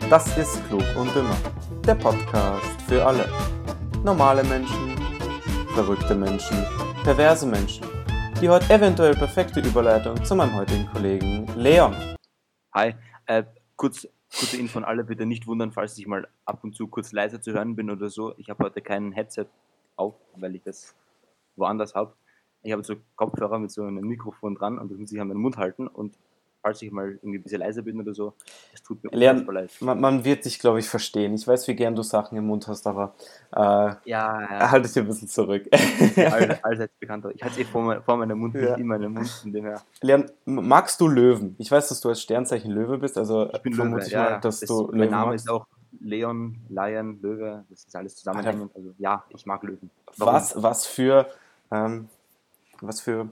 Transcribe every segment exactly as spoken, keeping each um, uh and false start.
Das ist Klug und Dümmer, der Podcast für alle. Normale Menschen, verrückte Menschen, perverse Menschen. Die heute eventuell perfekte Überleitung zu meinem heutigen Kollegen Leon. Hi, äh, kurz, kurze Info an alle, bitte nicht wundern, falls ich mal ab und zu kurz leiser zu hören bin oder so. Ich habe heute kein Headset auf, weil ich das woanders habe. Ich habe so Kopfhörer mit so einem Mikrofon dran und das muss ich an meinen Mund halten und falls ich mal irgendwie ein bisschen leiser bin oder so, es tut mir Leon, unfassbar leid. man, man wird dich, glaube ich, verstehen. Ich weiß, wie gern du Sachen im Mund hast, aber äh, Ja, ja. halte dich ein bisschen zurück. Ja, all, allseits bekannter. Ich hatte es eh vor, mein, vor meinem Mund, Ja. nicht in meinem Mund, von dem her. Leon, magst du Löwen? Ich weiß, dass du als Sternzeichen Löwe bist, also Ich bin vermute Löwe, ich ja, mal, ja. dass Das, du mein Löwen Name magst. ist auch Leon, Lion, Löwe, das ist alles zusammenhängend. Also ja, ich mag Löwen. Warum? Was, was für, ähm, was für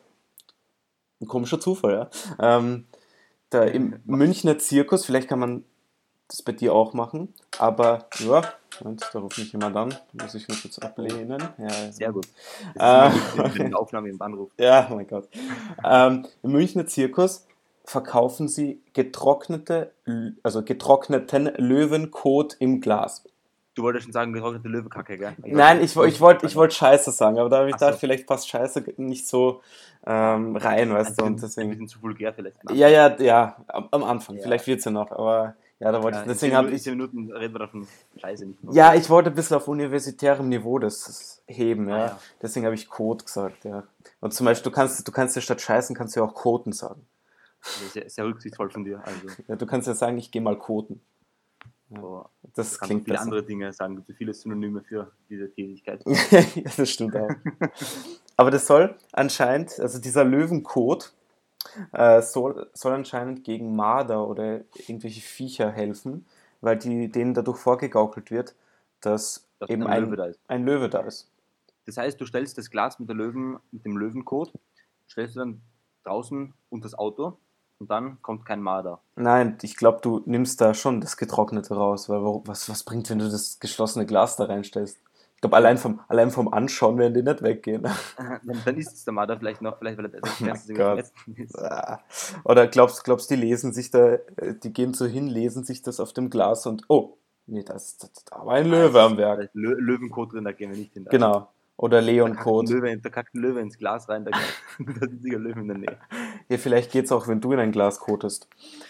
ein komischer Zufall, ja. Ähm, da im Münchner Zirkus, vielleicht kann man das bei dir auch machen, aber ja, Moment, da ruft mich jemand an, muss ich mich jetzt ablehnen. Ja, Sehr gut. Äh, Das ist immer gut, wenn die Aufnahme im Anruf. ja, oh mein Gott. Ähm, Im Münchner Zirkus verkaufen sie getrocknete, also getrockneten Löwenkot im Glas. Du wolltest schon sagen, getrocknete Löwekacke, gell? Ich Nein, wollte- ich, wo- ich wollte ich wollt Scheiße sagen, aber da habe ich Ach so. gedacht, vielleicht passt Scheiße nicht so ähm, rein, weißt du, ein, und bisschen, ein deswegen. bisschen zu vulgär vielleicht. Ja, ja, ja, am, am Anfang, Ja. vielleicht wird es ja noch, aber ja, da wollte Ja, ich, in deswegen zehn habe Minuten- in ich, zehn Minuten reden wir davon Scheiße nicht mehr. ja, ich wollte ein bisschen auf universitärem Niveau das heben, ja, Ah, ja. deswegen habe ich Kot gesagt, ja. Und zum Beispiel, du kannst, du kannst ja statt Scheißen, kannst du ja auch Koten sagen. Das ist sehr, sehr rücksichtsvoll von dir. Also, Ja, du kannst ja sagen, ich gehe mal koten. so, Das du kannst klingt auch viele besser. andere Dinge sagen. Es gibt viele Synonyme für diese Tätigkeit. Ja, das stimmt auch. Aber das soll anscheinend, also dieser Löwenkot äh, soll, soll anscheinend gegen Marder oder irgendwelche Viecher helfen, weil die, denen dadurch vorgegaukelt wird, dass Dass eben ein ein, Löwe da ist. ein Löwe da ist. Das heißt, du stellst das Glas mit, der Löwen, mit dem Löwenkot, stellst du dann draußen unter das Auto und dann kommt kein Marder. Nein, ich glaube, du nimmst da schon das Getrocknete raus, weil warum- was, was bringt, wenn du das geschlossene Glas da reinstellst? Ich glaube, allein vom, allein vom Anschauen werden die nicht weggehen. Dann, dann ist es der Marder vielleicht noch, vielleicht weil er das mein Ganze Gott. letzten ist. Oder glaubst du, die lesen sich da, äh, die gehen so hin, lesen sich das auf dem Glas und, oh, nee, da ist, da war ein Löwe am Werk. Lö Löwenkot drin, da gehen wir nicht hin. Genau. Oder Da kackt ein Leonkot. Löwe, da kackt ein Löwe ins Glas rein, da, da sind sicher Löwen in der Nähe. Ja, vielleicht geht's auch, wenn du in ein Glas kotest.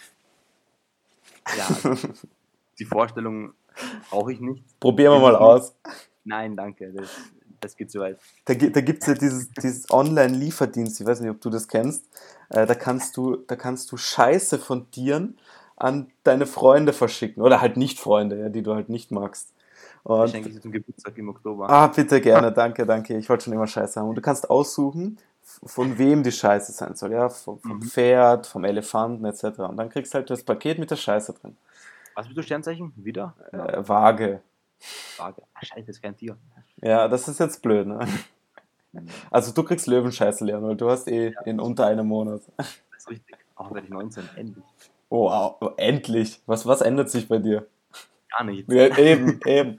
Ja, also, die Vorstellung brauche ich nicht. Probieren wir mal aus. Nein, danke, das, das geht zu weit. Da, gi- da gibt es ja dieses, dieses Online-Lieferdienst, ich weiß nicht, ob du das kennst. Äh, da, kannst du, da kannst du Scheiße von Tieren an deine Freunde verschicken. Oder halt nicht Freunde, ja, die du halt nicht magst. Ich Und, schenke sie zum Geburtstag im Oktober. ah, bitte gerne, danke, danke. Ich wollte schon immer Scheiße haben. Und du kannst aussuchen, f- von wem die Scheiße sein soll. Ja, vom, vom Mhm. Pferd, vom Elefanten et cetera. Und dann kriegst du halt das Paket mit der Scheiße drin. Was bist du, Sternzeichen? Wieder? Ja. Äh, Waage. Frage. Ah, scheiße, das ist kein Tier. Ja, das ist jetzt blöd, ne? Also du kriegst Löwenscheiße lernen, weil du hast eh in unter einem Monat. Das ist richtig. Auch werde ich neunzehn, endlich. Oh, wow, endlich. Was, was ändert sich bei dir? Gar nicht. Ja, eben, eben.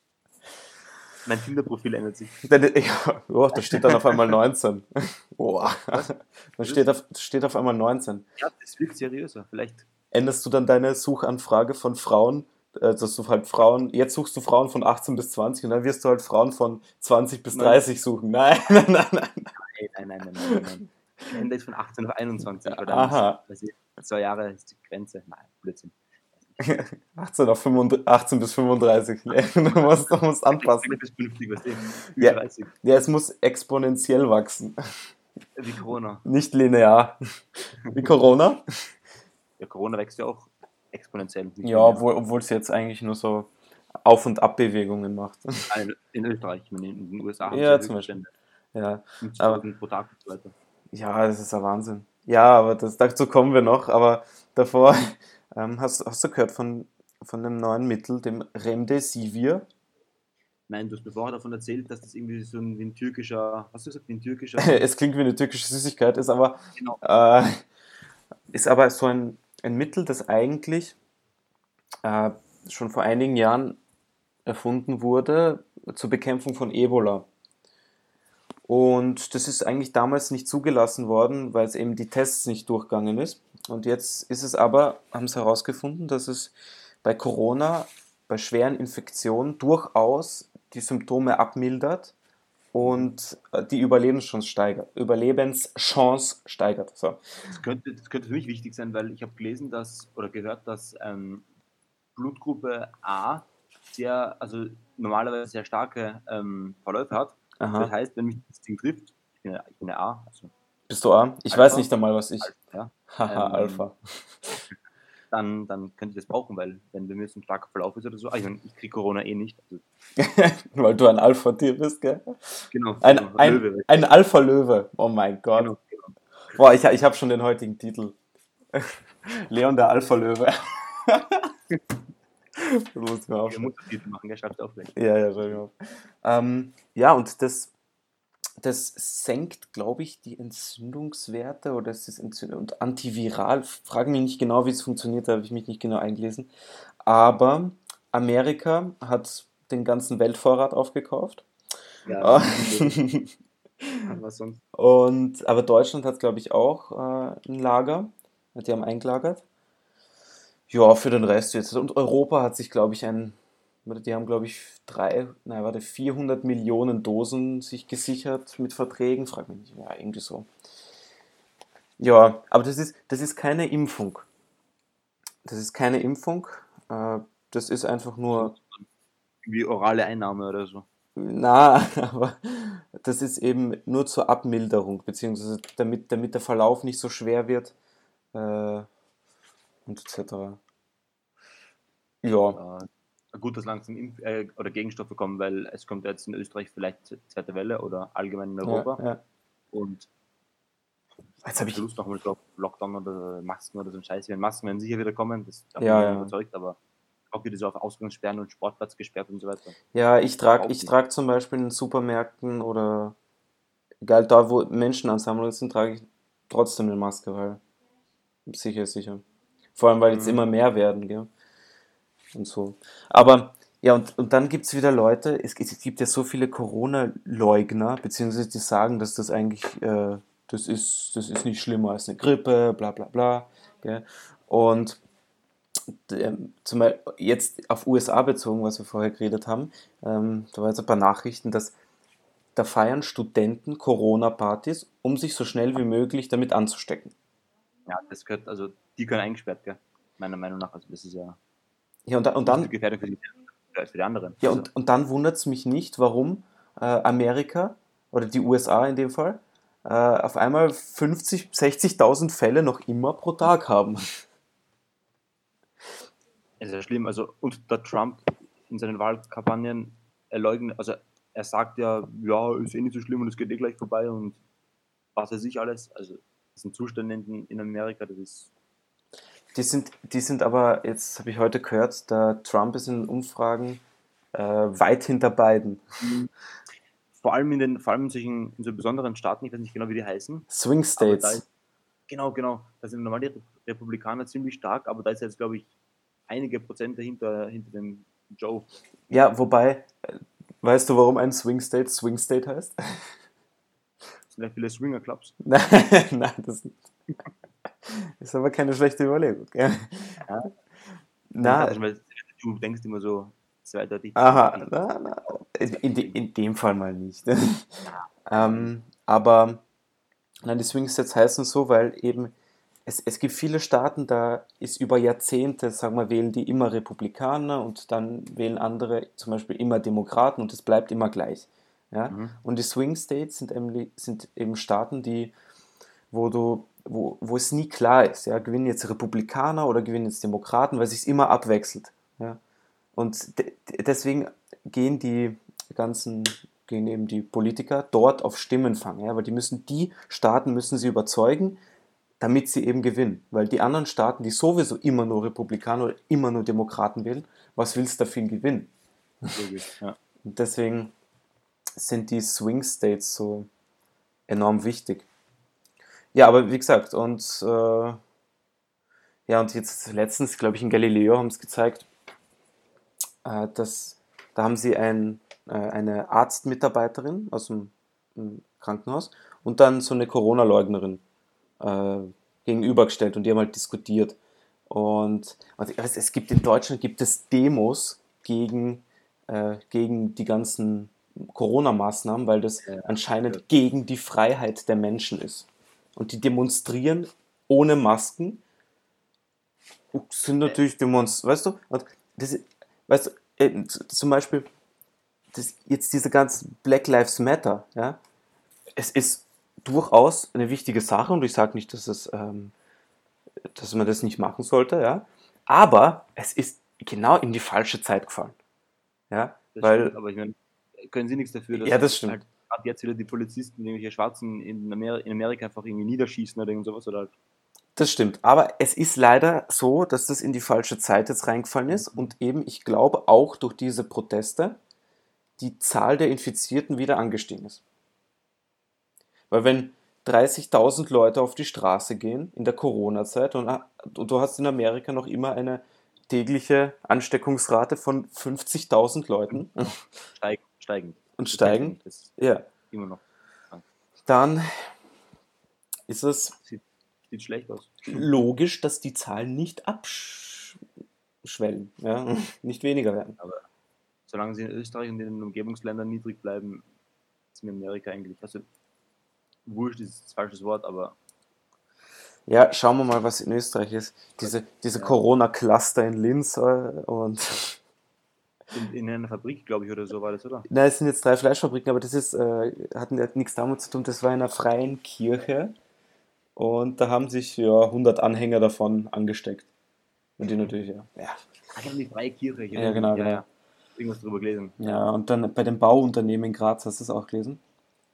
Mein Tinder-Profil ändert sich. Dann- ja, oh, da steht dann auf einmal neunzehn. Oh, da steht auf, steht auf einmal neunzehn. Ja, das wirkt seriöser. Vielleicht. Änderst du dann deine Suchanfrage von Frauen, äh, dass du halt Frauen, jetzt suchst du Frauen von achtzehn bis zwanzig und dann wirst du halt Frauen von zwanzig bis dreißig suchen. Nein, nein, nein, nein. Nein, nein, nein, nein, nein. nein. Ich ändere jetzt von achtzehn auf einundzwanzig. Weil dann Aha. Ist, weiß ich, zwei Jahre ist die Grenze. Nein, Blödsinn. achtzehn, auf fünfunddreißig, achtzehn bis fünfunddreißig. Nee, du musst, du musst anpassen. Bis fünfzig, was Ja. Über dreißig. Ja, es muss exponentiell wachsen, Wie Corona. nicht linear. Wie Corona? Ja, Corona wächst ja auch exponentiell. nicht Ja, linear. obwohl, obwohl es jetzt eigentlich nur so Auf- und Abbewegungen macht. Ah, in- In Österreich, ich meine, in den U S A haben Ja, sie zum Höchststände. Ja, fünfzigtausend pro Tag und so weiter. ja, das ist ein Wahnsinn. Ja, aber das, dazu kommen wir noch. Aber davor, ähm, hast, hast du gehört von, von dem neuen Mittel, dem Remdesivir? Nein, du hast mir vorher davon erzählt, dass das irgendwie so ein, wie ein türkischer, hast du gesagt, wie ein türkischer, Es klingt wie eine türkische Süßigkeit, ist aber, genau, äh, ist aber so ein, ein Mittel, das eigentlich äh, schon vor einigen Jahren erfunden wurde zur Bekämpfung von Ebola. Und das ist eigentlich damals nicht zugelassen worden, weil es eben die Tests nicht durchgegangen ist. Und jetzt ist es aber, haben sie herausgefunden, dass es bei Corona, bei schweren Infektionen durchaus die Symptome abmildert und äh, die Überlebenschance steigert. Überlebenschance steigert. So. Das könnte, das könnte für mich wichtig sein, weil ich habe gelesen, dass oder gehört, dass ähm, Blutgruppe A sehr, also normalerweise sehr starke ähm, Verläufe hat. Aha. Das heißt, wenn mich das Ding trifft, ich bin ja, ich bin ja A, also Bist du A? Ich Alpha, weiß nicht einmal, was ich. Alpha, ja, Haha, ähm, Alpha. dann, dann könnte ich das brauchen, weil wenn bei mir so ein starker Verlauf ist oder so, ah, ich, mein, ich kriege Corona eh nicht. Also, Weil du ein Alpha-Tier bist, gell? genau, Ein, genau, ein, Löwe. ein Alpha-Löwe. Oh mein Gott. Genau, genau. Boah, ich, ich habe schon den heutigen Titel. Leon der Alpha-Löwe. Das muss ich mir Ich aufschreiben. muss das Titel machen, der schreibt auf. Gleich. Ja, ja, schau ich auf. Ähm, ja, und das, das senkt, glaube ich, die Entzündungswerte oder es ist entzünd und antiviral. Frage mich nicht genau, wie es funktioniert, da habe ich mich nicht genau eingelesen. Aber Amerika hat den ganzen Weltvorrat aufgekauft. Ja, was sonst? Und, aber Deutschland hat, glaube ich, auch äh, ein Lager. Die haben eingelagert. Ja, für den Rest jetzt. Und Europa hat sich, glaube ich, ein, die haben, glaube ich, drei, nein, warte, vierhundert Millionen Dosen sich gesichert mit Verträgen. Frag mich nicht, ja, irgendwie so. Ja, aber das ist, das ist keine Impfung. Das ist keine Impfung. Äh, das ist einfach nur, Wie orale Einnahme oder so. na, aber das ist eben nur zur Abmilderung, beziehungsweise damit, damit der Verlauf nicht so schwer wird. Äh, und et cetera. Ja, Äh, gut, dass langsam Impf äh, oder Gegenstoffe kommen, weil es kommt jetzt in Österreich vielleicht z- zweite Welle oder allgemein in ja, Europa. ja. Und Jetzt habe keine ich, Lust nochmal auf Lockdown oder Masken oder so ein Scheiß. Wenn Masken werden sicher wieder kommen, das davon ja, bin ich ja. überzeugt, aber auch wieder so auf Ausgangssperren und Sportplatz gesperrt und so weiter. Ja, ich trage Überhaupt ich nicht. trag zum Beispiel in Supermärkten oder egal da, wo Menschenansammlungen sind, trage ich trotzdem eine Maske, weil sicher ist sicher. Vor allem, weil jetzt Mhm. immer mehr werden, gell? Und so. Aber, ja, und, und dann gibt es wieder Leute, es, es gibt ja so viele Corona-Leugner, beziehungsweise die sagen, dass das eigentlich, äh, das ist, das ist nicht schlimmer als eine Grippe, bla bla bla, gell? Und ähm, zum Beispiel jetzt auf U S A bezogen, was wir vorher geredet haben, ähm, da war jetzt ein paar Nachrichten, dass da feiern Studenten Corona-Partys, um sich so schnell wie möglich damit anzustecken. Ja, das gehört, also die können eingesperrt, gell? Meiner Meinung nach. Also das ist ja Ja, und, dann- und nicht so dann, gefährlich für die, als für die anderen. ja, Also, und, und dann wundert es mich nicht, warum äh, Amerika oder die U S A in dem Fall äh, auf einmal fünfzig, sechzigtausend Fälle noch immer pro Tag haben. es ist ja schlimm. Also, und der Trump in seinen Wahlkampagnen, er leugnet, also er sagt ja, ja, ist eh nicht so schlimm und es geht eh gleich vorbei und was weiß ich alles. Also, das sind Zustände in, in Amerika, das ist Die sind, die sind aber, jetzt habe ich heute gehört, der Trump ist in Umfragen äh, weit hinter Biden. vor allem in den, vor allem in solchen, in so besonderen Staaten, ich weiß nicht genau, wie die heißen, Swing aber da States. ist, genau, genau, da sind normal die Republikaner ziemlich stark, aber da ist jetzt, glaube ich, einige Prozent hinter, hinter dem Joe. Ja, wobei, äh, weißt du, warum ein Swing State Swing State heißt? Es sind ja viele Swinger-Clubs. Nein, nein, das ist aber keine schlechte Überlegung. Ja. Ja. Ich Na, dachte schon, weil du denkst immer so zweideutig. aha, zweideutig. na, na, in, de, in dem Fall mal nicht. ähm, aber nein, die Swing States heißen so, weil eben es, es gibt viele Staaten, da ist über Jahrzehnte, sagen wir, wählen die immer Republikaner und dann wählen andere zum Beispiel immer Demokraten und es bleibt immer gleich. Ja? Mhm. Und die Swing States sind eben, sind eben Staaten, die, wo du, wo, wo es nie klar ist, ja, gewinnen jetzt Republikaner oder gewinnen jetzt Demokraten, weil sich es immer abwechselt. Ja? Und de deswegen gehen die ganzen, gehen eben die Politiker dort auf Stimmenfang, ja, weil die müssen, die Staaten müssen sie überzeugen, damit sie eben gewinnen. Weil die anderen Staaten, die sowieso immer nur Republikaner oder immer nur Demokraten wählen, was willst du da viel gewinnen? Logisch, ja. Und deswegen sind die Swing States so enorm wichtig. Ja, aber wie gesagt, und äh, ja, und jetzt letztens, glaube ich, in Galileo haben es gezeigt, äh, dass da haben sie ein, äh, eine Arztmitarbeiterin aus dem, dem Krankenhaus und dann so eine Corona-Leugnerin äh, gegenübergestellt und die haben halt diskutiert. Und, und es, es gibt in Deutschland gibt es Demos gegen, äh, gegen die ganzen Corona-Maßnahmen, weil das Ja, ja. anscheinend gegen die Freiheit der Menschen ist. Und die demonstrieren ohne Masken, sind natürlich Demonst, weißt du? Und das, weißt du, äh, z- zum Beispiel das, jetzt diese ganzen Black Lives Matter, ja, es ist durchaus eine wichtige Sache und ich sage nicht, dass es, ähm, dass man das nicht machen sollte, ja, aber es ist genau in die falsche Zeit gefallen, ja, Das weil, stimmt, aber ich meine, können Sie nichts dafür, ja, dass das stimmt. halt gerade jetzt wieder die Polizisten irgendwelche Schwarzen in, Amer in Amerika einfach irgendwie niederschießen oder irgend sowas oder halt. Das stimmt, aber es ist leider so, dass das in die falsche Zeit jetzt reingefallen ist und eben, ich glaube, auch durch diese Proteste die Zahl der Infizierten wieder angestiegen ist. Weil wenn dreißigtausend Leute auf die Straße gehen in der Corona-Zeit und, und du hast in Amerika noch immer eine tägliche Ansteckungsrate von fünfzigtausend Leuten Steig, steigend. und Das hält sich steigen, nicht, das ist ja, immer noch krank. dann ist es Sieht, sieht schlecht aus. logisch, dass die Zahlen nicht abschwellen, ja, nicht weniger werden. Aber solange sie in Österreich und in den Umgebungsländern niedrig bleiben, ist mir Amerika eigentlich, also wurscht ist das falsches Wort, aber Ja, schauen wir mal, was in Österreich ist. Diese, diese ja, Corona-Cluster in Linz äh, und in, in einer Fabrik, glaube ich, oder so war das, oder? na, es sind jetzt drei Fleischfabriken, aber das ist, äh, hat, hat nichts damit zu tun, das war in einer freien Kirche und da haben sich ja hundert Anhänger davon angesteckt. Und die natürlich, ja. Ja, Ah, genau, die Freie Kirche, ich ja erinnere mich, genau, ja, genau. ja. Irgendwas drüber gelesen, ja. Ja, und dann bei dem Bauunternehmen in Graz, hast du das auch gelesen?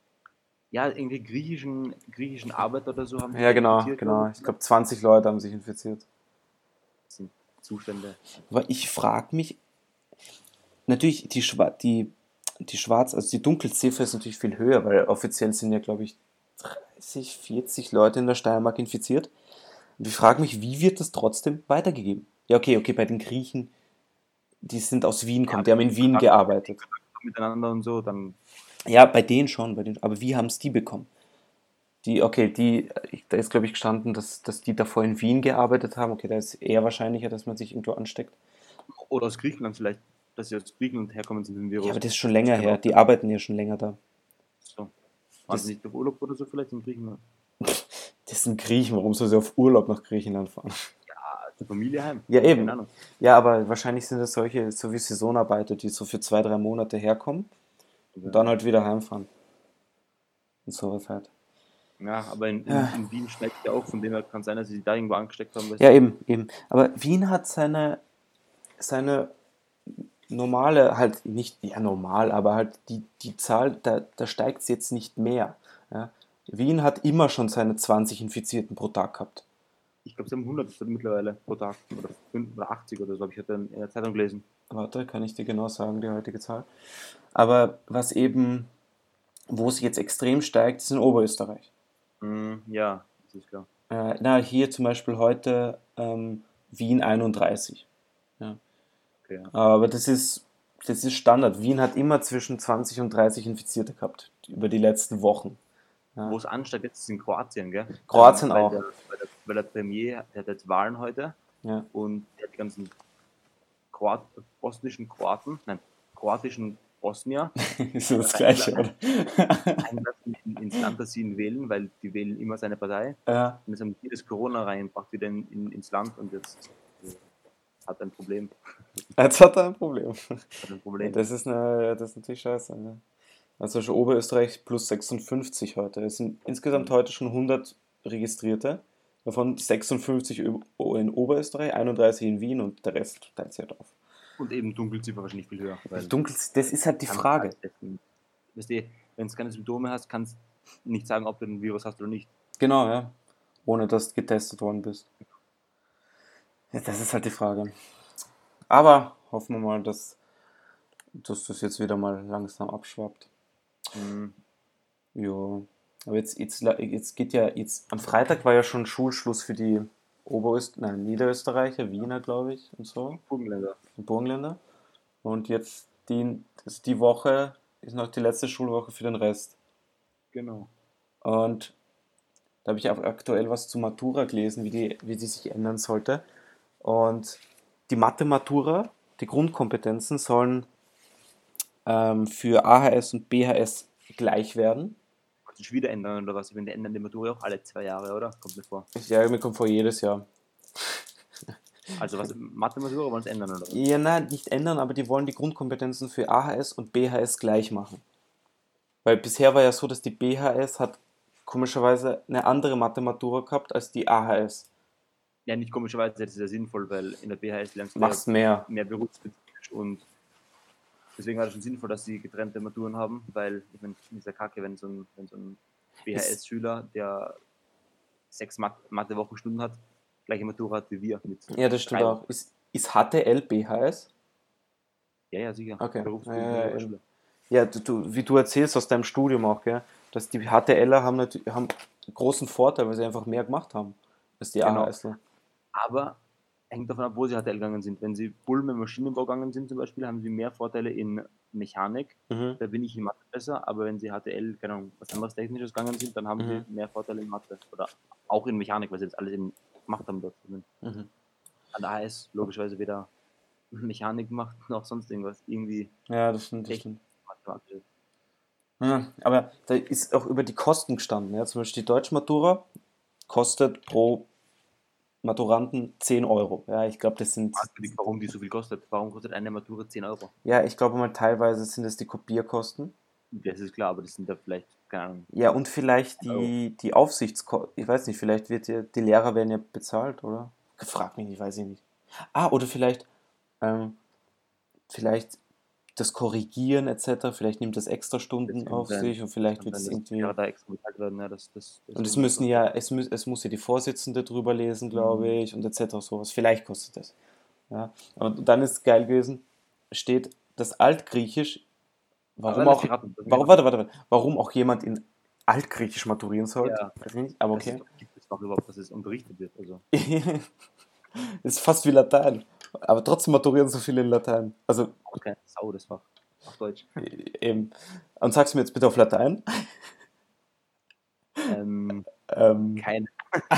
Ja, irgendwie griechischen, griechischen Arbeiter oder so haben sich Ja, da genau, infiziert, glaube genau. ich. Ich glaube, zwanzig Leute haben sich infiziert. Das sind Zustände. Aber ich frage mich, natürlich, die, Schwa die, die Schwarz, also die Dunkelziffer ist natürlich viel höher, weil offiziell sind ja, glaube ich, dreißig, vierzig Leute in der Steiermark infiziert. Und ich frage mich, wie wird das trotzdem weitergegeben? Ja, okay, okay, bei den Griechen, die sind aus Wien Ja, kommen, die haben wenn in die Wien Kontakt gearbeitet. miteinander und so, dann Ja, bei denen schon, bei denen, aber wie haben es die bekommen? Die, okay, die, ich- da ist, glaube ich, gestanden, dass, dass die davor in Wien gearbeitet haben. Okay, da ist eher wahrscheinlicher, dass man sich irgendwo ansteckt. oder aus Griechenland vielleicht, dass sie aus Griechenland herkommen sind mit dem Ja, aber Virus. das ist schon Das länger kann her. auch Die sein. arbeiten ja schon länger da. So. Waren sie Das, nicht auf Urlaub oder so vielleicht in Griechenland? das sind Griechen, warum soll sie auf Urlaub nach Griechenland fahren? Ah, zur Familie heim. Ja, Keine eben. Ahnung. Ja, aber wahrscheinlich sind das solche, so wie Saisonarbeiter, die so für zwei, drei Monate herkommen und Ja, dann halt wieder heimfahren. Und sowas halt. ja, aber in, in, Ja, in Wien schmeckt ja auch, von dem her kann sein, dass sie sich da irgendwo angesteckt haben, weißt ja, du? eben, eben. Aber Wien hat seine, seine normale, halt nicht, ja normal, aber halt die, die Zahl, da, da steigt es jetzt nicht mehr. Ja. Wien hat immer schon seine zwanzig Infizierten pro Tag gehabt. Ich glaube, sie haben hundert mittlerweile pro Tag oder, fünf oder achtzig oder so, habe ich heute in der Zeitung gelesen. Warte, kann ich dir genau sagen, die heutige Zahl. Aber was eben, wo es jetzt extrem steigt, ist in Oberösterreich. Mm, ja, das ist klar. Äh, na, hier zum Beispiel heute ähm, Wien einunddreißig. Ja. Okay, ja. Aber das ist, das ist Standard. Wien hat immer zwischen zwanzig und dreißig Infizierte gehabt, über die letzten Wochen. Ja. Wo es ansteigt, jetzt ist in Kroatien, gell? Ähm, Kroatien weil, auch. der, weil, der, weil der Premier, der hat jetzt Wahlen heute Ja. und der hat die ganzen Kroat, bosnischen Kroaten, nein, kroatischen Bosnier Ist ja das Gleiche, oder? eingelassen in, ins Land, dass sie ihn wählen, weil die wählen immer seine Partei. Ja, Und jetzt haben die das Corona reingebracht wieder in, in, ins Land und jetzt äh, hat er ein Problem. jetzt hat er ein Problem. Hat ein Ja, Problem. das ist, eine, das ist natürlich scheiße. Ne? Also schon Oberösterreich plus sechsundfünfzig heute. Es sind insgesamt heute schon hundert Registrierte. Davon sechsundfünfzig in Oberösterreich, einunddreißig in Wien und der Rest teilt sich halt auf. Und eben Dunkelziffer wahrscheinlich viel höher. Weil Dunkel, das ist halt die kann Frage. halt testen. Weißt du, wenn du keine Symptome hast, kannst du nicht sagen, ob du ein Virus hast oder nicht. Genau, ja. Ohne dass du getestet worden bist. Ja, das ist halt die Frage. Aber hoffen wir mal, dass, dass das jetzt wieder mal langsam abschwappt. Mhm. Ja. Aber jetzt, jetzt, jetzt geht ja, jetzt am Freitag war ja schon Schulschluss für die Oberöst nein, Niederösterreicher, Wiener, glaube ich, und so, Burgenländer. die Burgenländer. Und jetzt die, also die Woche ist noch die letzte Schulwoche für den Rest. Genau. Und da habe ich auch aktuell was zu Matura gelesen, wie die, wie die sich ändern sollte. Und die Mathe-Matura, die Grundkompetenzen, sollen ähm, für A H S und B H S gleich werden. Kannst du dich wieder ändern oder was? Ich meine, die ändern die Matura auch alle zwei Jahre, oder? Kommt mir vor. Ja, mir kommt vor jedes Jahr. Also was, Mathe-Matura wollen sie ändern, oder was? Ja, nein, nicht ändern, aber die wollen die Grundkompetenzen für A H S und B H S gleich machen. Weil bisher war ja so, dass die B H S hat komischerweise eine andere Mathe-Matura gehabt als die A H S. Ja, nicht komischerweise, das ist ja sinnvoll, weil in der B H S lernst du Machst ja mehr. mehr berufsspezifisch und deswegen war es schon sinnvoll, dass sie getrennte Maturen haben, weil ich meine, es ist ja kacke, wenn so ein, wenn so ein B H S-Schüler, der sechs Mat- Mathe-Wochenstunden hat, gleiche Matura hat wie wir. Mit Ja, das stimmt drei auch. Wochen. Ist, ist H T L B H S? Ja, ja, sicher. Okay. Berufsbildende Ja, ja, Oberschule. eben. Ja, du, du, wie du erzählst aus deinem Studium auch, gell? Dass die HTLer haben, natürlich, haben einen großen Vorteil, weil sie einfach mehr gemacht haben als die Genau. AHSler. Aber hängt davon ab, wo sie H T L gegangen sind. Wenn sie Bull im Maschinenbau gegangen sind zum Beispiel, haben sie mehr Vorteile in Mechanik. Mhm. Da bin ich in Mathe besser, aber wenn sie H T L, keine Ahnung, was anderes Technisches gegangen sind, dann haben Mhm. sie mehr Vorteile in Mathe. Oder auch in Mechanik, weil sie das alles eben gemacht haben dort. Mhm. An der A S logischerweise weder Mechanik macht noch sonst irgendwas. Irgendwie Ja, das stimmt, das echt stimmt. mathematisch. Ja, aber da ist auch über die Kosten gestanden. Ja? Zum Beispiel die Deutschmatura kostet pro Maturanten zehn Euro. Ja, ich glaube, das sind, Warum die so viel kostet? Warum kostet eine Matura zehn Euro? ja, ich glaube mal teilweise sind es die Kopierkosten. Das ist klar, aber das sind ja vielleicht, keine Ahnung. Ja, und vielleicht die, die Aufsichtskosten. Ich weiß nicht, vielleicht wird ja, die Lehrer werden ja bezahlt, oder? Frag mich nicht, weiß ich nicht. Ah, oder vielleicht, ähm, vielleicht das Korrigieren et cetera. Vielleicht nimmt das extra Stunden Das kann auf sein. sich und vielleicht Kann wird sein, es dass die irgendwie. Lehrer da extra bezahlt werden. Ja, das, das, Und es deswegen müssen kostet ja, das. es, mü es muss ja die Vorsitzende drüber lesen, glaube Mhm. ich, und et cetera sowas. Vielleicht kostet das. Ja. Und dann ist geil gewesen, steht das Altgriechisch, warum Aber lass auch, mich raten. warum, warte, warte, warte, warum auch jemand in Altgriechisch maturieren sollte, Ja, weiß ich nicht, aber das ist okay. doch, gibt es doch überhaupt, dass es unterrichtet wird. Also, Ist fast wie Latein, aber trotzdem maturieren so viele in Latein. Also auch keine Sau, das Fach. Auf Deutsch. eben. Und sagst du mir jetzt bitte auf Latein? Ähm, Ähm, keine.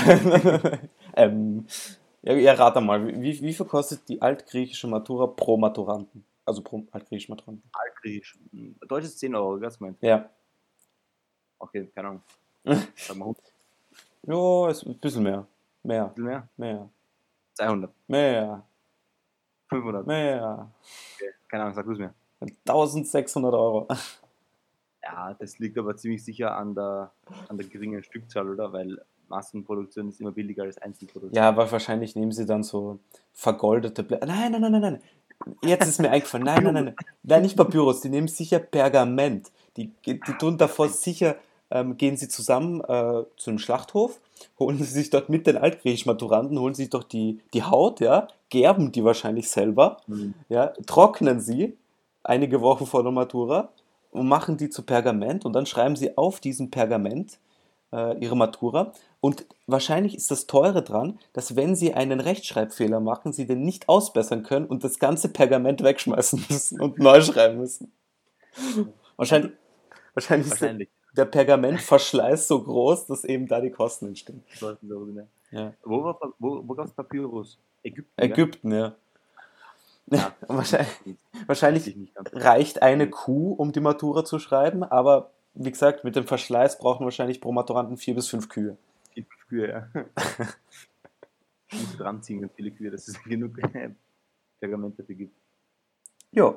ähm, ja, ja, rate mal, wie, wie viel kostet die altgriechische Matura pro Maturanten? Also pro altgriechischen Maturanten. Altgriechisch. Hm, Deutsch ist zehn Euro, was meinst du? Ja. Okay, keine Ahnung. Sag mal, hundert Jo, ist ein bisschen mehr. Mehr. bisschen mehr? Mehr. zweihundert, Mehr. fünfhundert. Mehr. Okay, keine Ahnung, sag du es mir. eintausendsechshundert Euro. Ja, das liegt aber ziemlich sicher an der, an der geringen Stückzahl, oder? Weil Massenproduktion ist immer billiger als Einzelproduktion. Ja, aber wahrscheinlich nehmen sie dann so vergoldete Blätter. Nein, nein, nein, nein, nein. Jetzt ist mir eingefallen. Nein, nein, nein, nein. Nein, nicht Papyrus. Die nehmen sicher Pergament. Die, die tun davor sicher, ähm, gehen sie zusammen äh, zu einem Schlachthof, holen sie sich dort mit den altgriechischen Maturanten, holen sich doch die, die Haut, ja, gerben die wahrscheinlich selber, Mhm. ja, trocknen sie einige Wochen vor der Matura und machen die zu Pergament und dann schreiben sie auf diesem Pergament äh, ihre Matura. Und wahrscheinlich ist das Teure dran, dass wenn sie einen Rechtschreibfehler machen, sie den nicht ausbessern können und das ganze Pergament wegschmeißen müssen und neu schreiben müssen. Wahrscheinlich, wahrscheinlich ist der, Wahrscheinlich. der Pergamentverschleiß so groß, dass eben da die Kosten entstehen. So ist es auch, ne? Ja. Wo, war, wo, wo gab es Papyrus? Ägypten, gell? Ägypten, ja. Ja, Wahrscheinlich, wusste wahrscheinlich ich nicht ganz. reicht eine Kuh, um die Matura zu schreiben, aber wie gesagt, mit dem Verschleiß brauchen wahrscheinlich pro Maturanten vier bis fünf Kühe. Vier, fünf Kühe, ja. Ich muss dran ziehen und viele Kühe, dass es genug Pergament dafür gibt. Ja.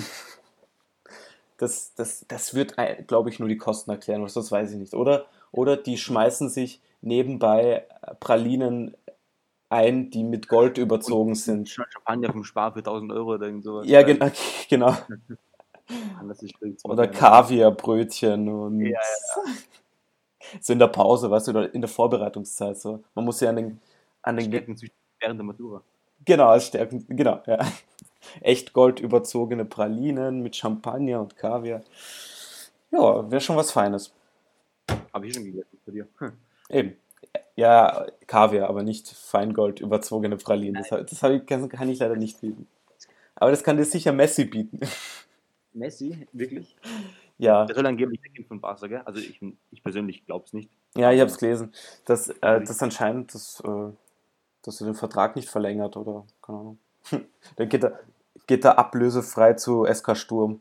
Das, das, das wird, glaube ich, nur die Kosten erklären, oder das weiß ich nicht. Oder, oder die schmeißen sich nebenbei Pralinen ein, die mit Gold überzogen sind. Champagner vom Spar für tausend Euro oder irgend sowas. Ja, gen genau. Das ist schwierig zu Oder machen. Kaviarbrötchen und Ja, ja, so in der Pause, weißt du, oder in der Vorbereitungszeit. So. Man muss ja an den, an den Stärken zwischen während der Matura. Genau, als Stärken, genau, ja. Echt Gold überzogene Pralinen mit Champagner und Kaviar. Ja, wäre schon was Feines. Habe ich schon gegessen bei dir. Hm. Eben. Ja, Kaviar, aber nicht Feingold überzogene Pralinen. Das, hab- das hab ich, kann, kann ich leider nicht bieten. Aber das kann dir sicher Messi bieten. Messi, wirklich? Ja, Der soll angeblich weggehen von Barca, gell? Also ich, ich persönlich glaube es nicht. ja, ich habe es Aber gelesen, dass, äh, dass anscheinend das, äh, dass er den Vertrag nicht verlängert oder keine Ahnung. Dann geht er, geht er ablösefrei zu S K Sturm.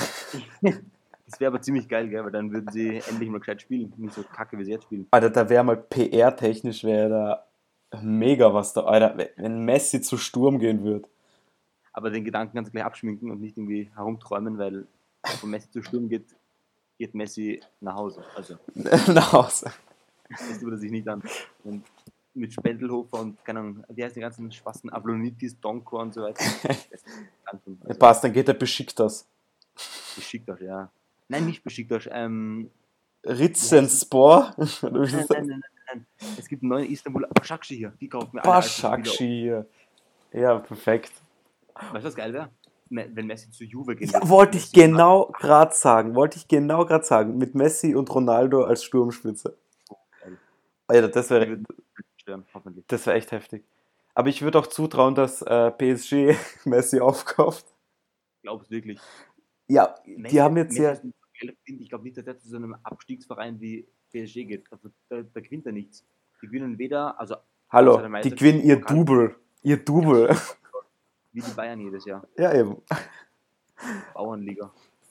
Das wäre aber ziemlich geil, gell? Weil dann würden sie endlich mal gescheit spielen. Nicht so kacke, wie sie jetzt spielen. Alter, da wäre mal P R-technisch wäre da mega was da. Alter, wenn Messi zu Sturm gehen würde. Aber den Gedanken kannst du gleich abschminken und nicht irgendwie herumträumen, weil wenn Messi zu Sturm geht, geht Messi nach Hause. Also, Nach Hause. das tut er sich nicht an. Und mit Spendelhofer und, keine Ahnung, wie heißt die ganzen Spasten, Ablonitis, Donko und so weiter. Das Ja, also, passt, dann geht er Besiktas. Besiktas, ja. Nein, nicht Besiktas, ähm... Ritzenspor? Nein, nein, nein, nein, nein. Es gibt einen neuen Istanbul, Başakşehir hier. Die kaufen mir alle alten Spieler. Başakşehir. Ja, perfekt. Weißt du, was geil wäre? Wenn Messi zu Juve gehen Ja, würde. wollte ich Messi genau gerade sagen. Wollte ich genau gerade sagen. Mit Messi und Ronaldo als Sturmspitze. geil. Alter, das Die wäre würden sterben, hoffentlich. das wär echt heftig. Aber ich würde auch zutrauen, dass äh, P S G Messi aufkauft. Glaubst du wirklich? Ja, Messi, die haben jetzt Messi ja... ist ein geiler Kind. Ich glaube nicht, dass er zu so einem Abstiegsverein wie P S G geht. Also, da, da gewinnt er nichts. Die gewinnen weder, also außer Hallo, der die Meisterschaft, gewinnen ihr Pokal, Double. Ihr Double. wie die Bayern jedes Jahr. Ja, eben. Bauernliga.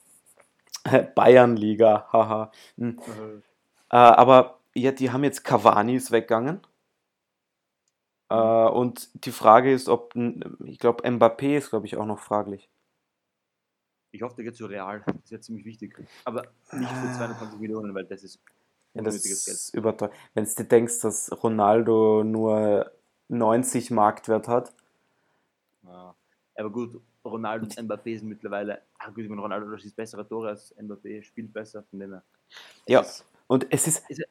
Bayernliga, haha. Hm. Äh, aber ja, die haben jetzt Cavani ist weggegangen. Äh, und die Frage ist, ob, n- ich glaube, Mbappé ist, glaube ich, auch noch fraglich. Ich hoffe, der geht zu Real. Das ist ja ziemlich wichtig. Aber nicht für zweiundzwanzig Millionen, weil das ist Ja, das unnötiges Geld. ist überteuert. Wenn du dir denkst, dass Ronaldo nur neunzig Marktwert hat. Ja. Aber gut, Ronaldo und Mbappé sind mittlerweile. Ah, gut, ich meine, Ronaldo schießt bessere Tore als Mbappé, spielt besser, von dem her. Es Ja, ist, und es ist ist,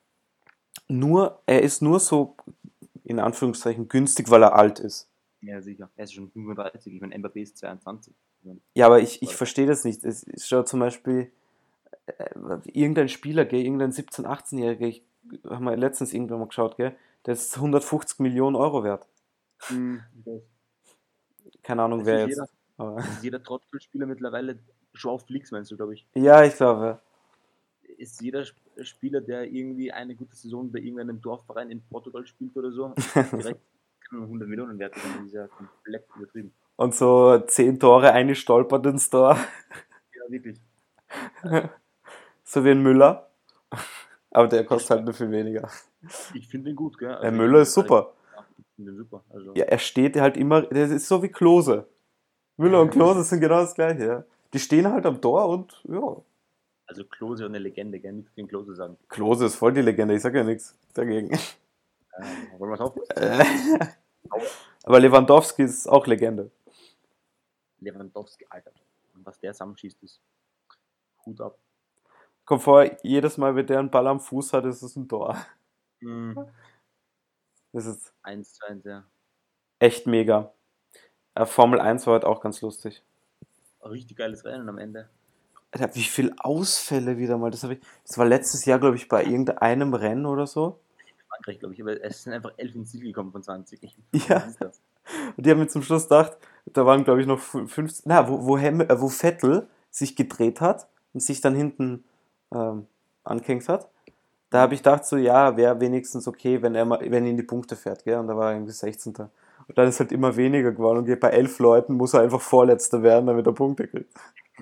nur, er ist nur so, in Anführungszeichen, günstig, weil er alt ist. ja, sicher. Er ist schon fünfunddreißig. Ich meine, Mbappé ist zweiundzwanzig. Ich meine, Ja, aber ich, ich oder- verstehe das nicht. Es ist schon zum Beispiel äh, irgendein Spieler, gell, irgendein siebzehn-, achtzehn-Jähriger, ich habe mal letztens irgendwann mal geschaut, gell, der ist hundertfünfzig Millionen Euro wert. Hm, ich weiß. Keine Ahnung, Es wer ist jetzt. jeder, Aber es ist jeder Trottelspieler mittlerweile. Joao Flix, meinst du, glaube ich. ja, ich glaube. Ist jeder Sp- Spieler, der irgendwie eine gute Saison bei irgendeinem Dorfverein in Portugal spielt oder so, direkt hundert Millionen wert. Das ist ja komplett übertrieben. Und so zehn Tore, eine stolpert ins Tor. Ja, wirklich. So wie ein Müller. Aber der kostet halt nur viel weniger. Ich finde ihn gut, gell? Also Der ich Müller hab ist gerade- super. Ja, ich finde ihn super. Also, Ja, er steht halt immer, das ist so wie Klose. Müller und Klose sind genau das gleiche, ja. Die stehen halt am Tor und ja. also Klose und eine Legende, gell? Nichts gegen Klose sagen. Klose ist voll die Legende, ich sag ja nichts dagegen. Äh, wollen wir es hoffen? Aber Lewandowski ist auch Legende. Lewandowski, Alter. Und was der zusammenschießt, ist Hut ab. Kommt vor, jedes Mal, wenn der einen Ball am Fuß hat, ist es ein Tor. Mhm. Das ist eins zu eins, ja. echt mega. Äh, Formel eins war halt auch ganz lustig. Richtig geiles Rennen am Ende. Alter, wie viele Ausfälle wieder mal. Das, hab ich, das war letztes Jahr, glaube ich, bei irgendeinem Rennen oder so. Frankreich, glaube ich, aber es sind einfach elf ins Ziel gekommen von zwanzig. Ja. Was ist das? Und die haben mir zum Schluss gedacht, da waren, glaube ich, noch fünfzehn, na, wo, wo, Hem, äh, wo Vettel sich gedreht hat und sich dann hinten ähm, angehängt hat. Da habe ich gedacht, so, ja, wäre wenigstens okay, wenn er mal, wenn er in die Punkte fährt, gell? Und da war er irgendwie sechzehnter. Und dann ist halt immer weniger geworden. Und bei elf Leuten muss er einfach Vorletzter werden, damit er Punkte kriegt.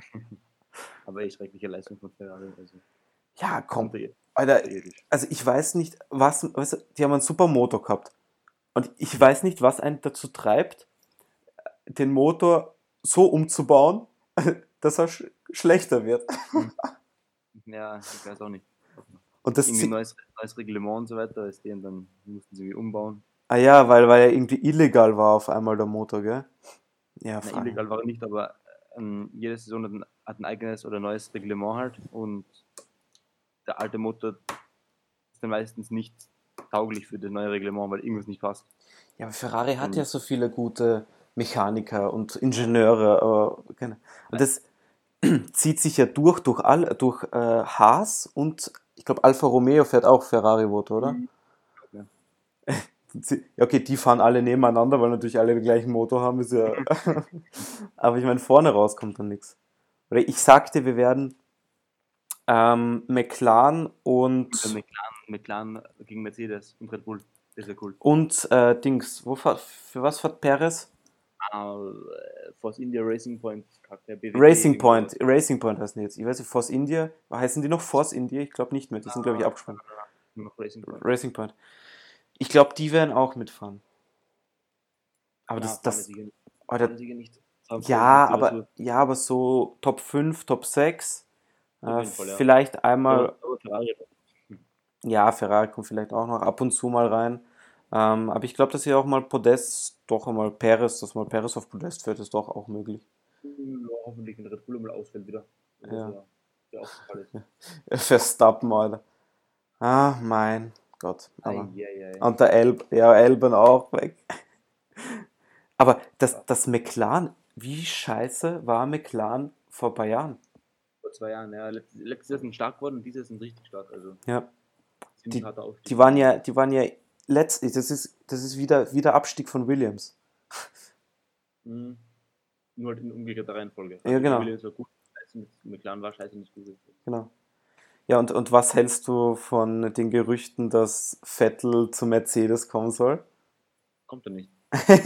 Aber echt schreckliche Leistung von Ferrari. Also Ja, komm. unter- Alter, unterirdisch. also ich weiß nicht, was, weißt du, die haben einen super Motor gehabt. Und ich weiß nicht, was einen dazu treibt, den Motor so umzubauen, dass er sch schlechter wird. Ja, ich weiß auch nicht. Und das Irgendwie ein zie- neues, neues Reglement und so weiter ist die und dann mussten sie irgendwie umbauen. Ah ja, weil, weil er irgendwie illegal war auf einmal der Motor, gell? Ja, Na, fein. illegal war er nicht, aber ähm, jede Saison hat ein, hat ein eigenes oder neues Reglement halt und der alte Motor ist dann meistens nicht tauglich für das neue Reglement, weil irgendwas nicht passt. Ja, aber Ferrari hat Und- ja so viele gute Mechaniker und Ingenieure, aber keine. Und das zieht sich ja durch, durch all, durch äh, Haas und ich glaube Alfa Romeo fährt auch Ferrari-Motor, oder? Mhm. Ja. Sie- Ja, okay, die fahren alle nebeneinander, weil natürlich alle den gleichen Motor haben, ist ja. Aber ich meine, vorne raus kommt dann nichts. Oder ich sagte, wir werden ähm, McLaren und Und McLaren, McLaren gegen Mercedes und Red Bull. Das wäre cool. Und äh, Dings, wo fährt, für was fährt Perez? Uh, Force India Racing Point, der B W T Racing irgend Point, sowas. Racing Point heißen die jetzt. Ich weiß nicht, Force India, heißen die noch Force India? Ich glaube nicht mehr, die sind glaube ich abgesprungen. Nur noch Racing Point. Racing Point. Ich glaube, die werden auch mitfahren. Aber Na, das, fahren das, sie nicht. oh, der, Fahren sie nicht. Fahren ja, sie aber, so. ja, aber so Top fünf, Top sechs, Auf äh, jeden Fall, ja. vielleicht einmal, Aber, aber Ferrari. ja, Ferrari kommt vielleicht auch noch ab und zu mal rein. Ähm, aber ich glaube, dass hier auch mal Podest, doch einmal Perez, dass mal Perez auf Podest fährt, ist doch auch möglich. Ja, hoffentlich, wenn Red Bull mal ausfällt wieder. Also, Ja. das ja, ja auch der Fall ist. Verstappen, Alter. Ah, mein Gott. Aber. Ei, ei, ei. Und der Elb, ja, Elben auch weg. Aber das, das McLaren, wie scheiße war McLaren vor ein paar Jahren? Vor zwei Jahren, ja. Letztes, letztes Jahr sind stark geworden und dieses sind richtig stark. Also, Ja. ziemlich Die, harter Aufstieg. die waren ja, die waren ja letztlich, das ist, das ist wieder, wieder Abstieg von Williams. Mhm. Nur halt in umgekehrter Reihenfolge. Ja, genau. Williams war gut, scheiße, mit McLaren war scheiße, nicht gut. Genau. Ja, und, und was hältst du von den Gerüchten, dass Vettel zu Mercedes kommen soll? Kommt er nicht.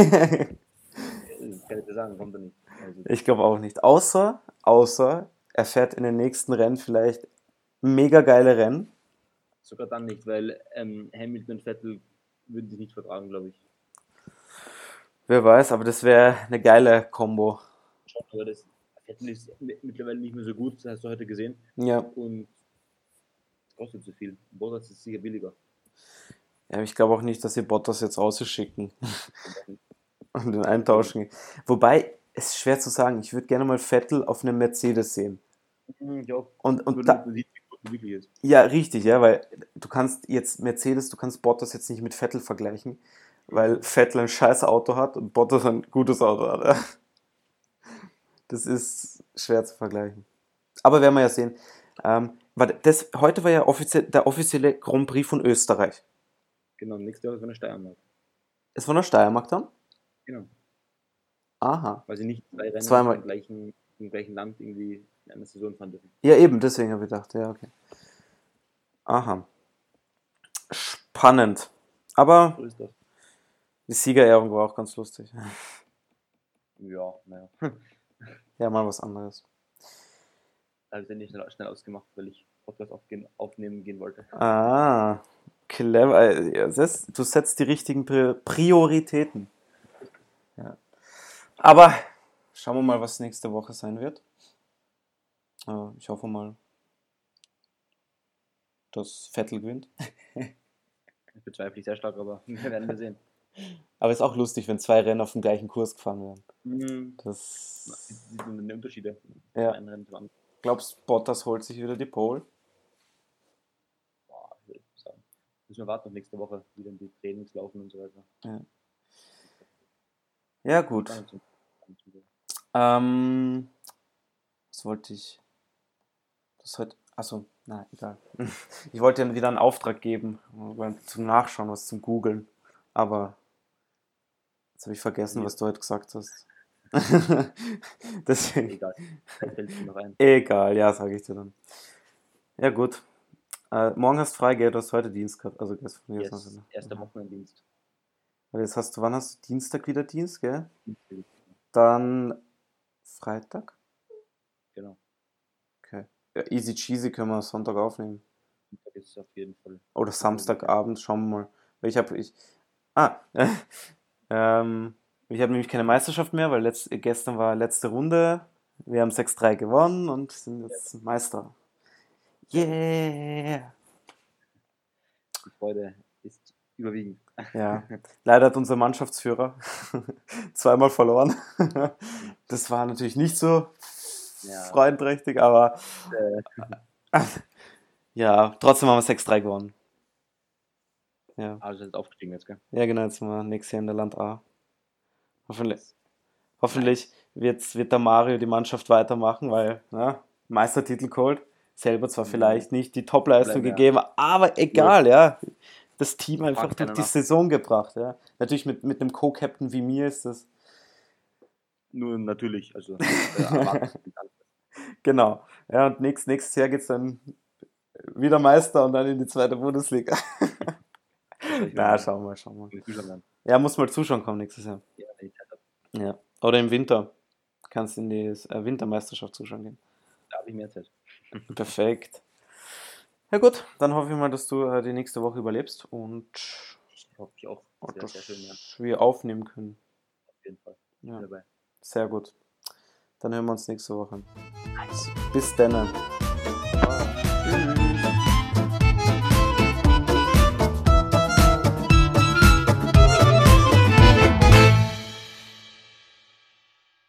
Kann ich dir sagen, kommt er nicht. Also, Ich glaube auch nicht. Außer, außer er fährt in den nächsten Rennen vielleicht mega geile Rennen. sogar dann nicht, weil ähm, Hamilton und Vettel würden sich nicht vertragen, glaube ich. Wer weiß, aber das wäre eine geile Kombo. Schon, aber das Vettel ist mi- mittlerweile nicht mehr so gut, das hast du heute gesehen. Ja. Und es kostet zu viel. Bottas ist sicher billiger. Ja, ich glaube auch nicht, dass sie Bottas jetzt rausschicken und den eintauschen. Wobei, es ist schwer zu sagen. Ich würde gerne mal Vettel auf einem Mercedes sehen. Ja, Und, und nur da, damit man sieht, wie gut er wirklich ist. ja, richtig, ja, weil du kannst jetzt Mercedes, du kannst Bottas jetzt nicht mit Vettel vergleichen, weil Vettel ein scheiß Auto hat und Bottas ein gutes Auto hat. Ja. Das ist schwer zu vergleichen. Aber werden wir ja sehen. Ähm, warte, das, heute war ja offiziell, der offizielle Grand Prix von Österreich. Genau, nächste Woche ist eine Steiermark. Es war noch Steiermark dann? Genau. Aha. Weil sie nicht zwei Rennen Zweimal. im gleichen, im gleichen Land irgendwie in einer Saison fahren dürfen. Ja, eben, deswegen habe ich gedacht, ja, okay. Aha. Spannend. Aber So ist das. die Siegerehrung war auch ganz lustig. Ja, naja. Ja, mal was anderes. Da habe ich dann nicht schnell, schnell ausgemacht, weil ich Podcast aufgehen, aufnehmen gehen wollte. Ah, clever. Ja, das, du setzt die richtigen Pri- Prioritäten. Ja. Aber schauen wir mal, was nächste Woche sein wird. Äh, ich hoffe mal, dass Vettel gewinnt. Ich bezweifle ich sehr stark, aber wir werden wir sehen. Aber ist auch lustig, wenn zwei Rennen auf dem gleichen Kurs gefahren werden. Mhm. Das, Sieht man die Unterschiede. ja. Ein Rennen zum anderen. Glaubst Bottas holt sich wieder die Pole? Boah, ich würde sagen. Müssen wir warten auf nächste Woche, wie dann die Trainings laufen und so weiter. Ja, ja gut. Spannend zum- spannend zum sehen. Ähm, was wollte ich? Das heute. Achso, na, egal. Ich wollte dir wieder einen Auftrag geben, weil- zum Nachschauen, was zum Googeln. Aber jetzt habe ich vergessen, Ja. was du heute gesagt hast. Deswegen. Egal. Vielleicht fällt es mir noch ein. Egal, ja, sage ich dir dann. Ja, gut. Äh, morgen hast du frei, gell? Du hast heute Dienst gehabt. Also gestern. Yes. Yes. Erster Wochenenddienst. Weil jetzt hast du, wann hast du Dienstag wieder Dienst, gell? Dann Freitag? Genau. Okay. Ja, easy cheesy können wir Sonntag aufnehmen. Sonntag ist es auf jeden Fall. Oder Samstagabend, schauen wir mal. Weil ich habe, ich, ah, ähm, ich habe nämlich keine Meisterschaft mehr, weil letzt, gestern war letzte Runde. Wir haben sechs drei gewonnen und sind jetzt Meister. Yeah! Die Freude ist überwiegend. Ja, leider hat unser Mannschaftsführer zweimal verloren. Das war natürlich nicht so Ja. freudenträchtig, aber Äh, ja, trotzdem haben wir sechs drei gewonnen. Ja. also ist aufgestiegen jetzt, gell? Ja, genau, jetzt sind wir nächstes Jahr in der Land A. Hoffentlich, hoffentlich wird's, wird der Mario die Mannschaft weitermachen, weil ne, Meistertitel geholt, selber zwar Mhm. vielleicht nicht die Topleistung Bleiben, ja. gegeben, aber egal, ja. Das Team einfach Fragt durch keiner die nach. Saison gebracht, ja. Natürlich mit, mit einem Co-Captain wie mir ist das, Nur natürlich, also äh, erwartet. genau. Ja, und nächst, nächstes Jahr geht's dann wieder Meister und dann in die zweite Bundesliga. Soll ich Na, mal schauen wir, schauen wir. mit zuschauen werden? Ja, muss mal zuschauen kommen nächstes Jahr. Ja, wenn ich Zeit habe. Ja. Oder im Winter. Kannst in die äh, Wintermeisterschaft zuschauen gehen. Da habe ich mehr Zeit. Perfekt. Ja gut, dann hoffe ich mal, dass du äh, die nächste Woche überlebst und, Hoffe ich auch. und Sehr, dass sehr schön, ja. wir aufnehmen können. Auf jeden Fall. Ich Ja. bin dabei. Sehr gut. Dann hören wir uns nächste Woche. Nice. Bis dann. Ciao.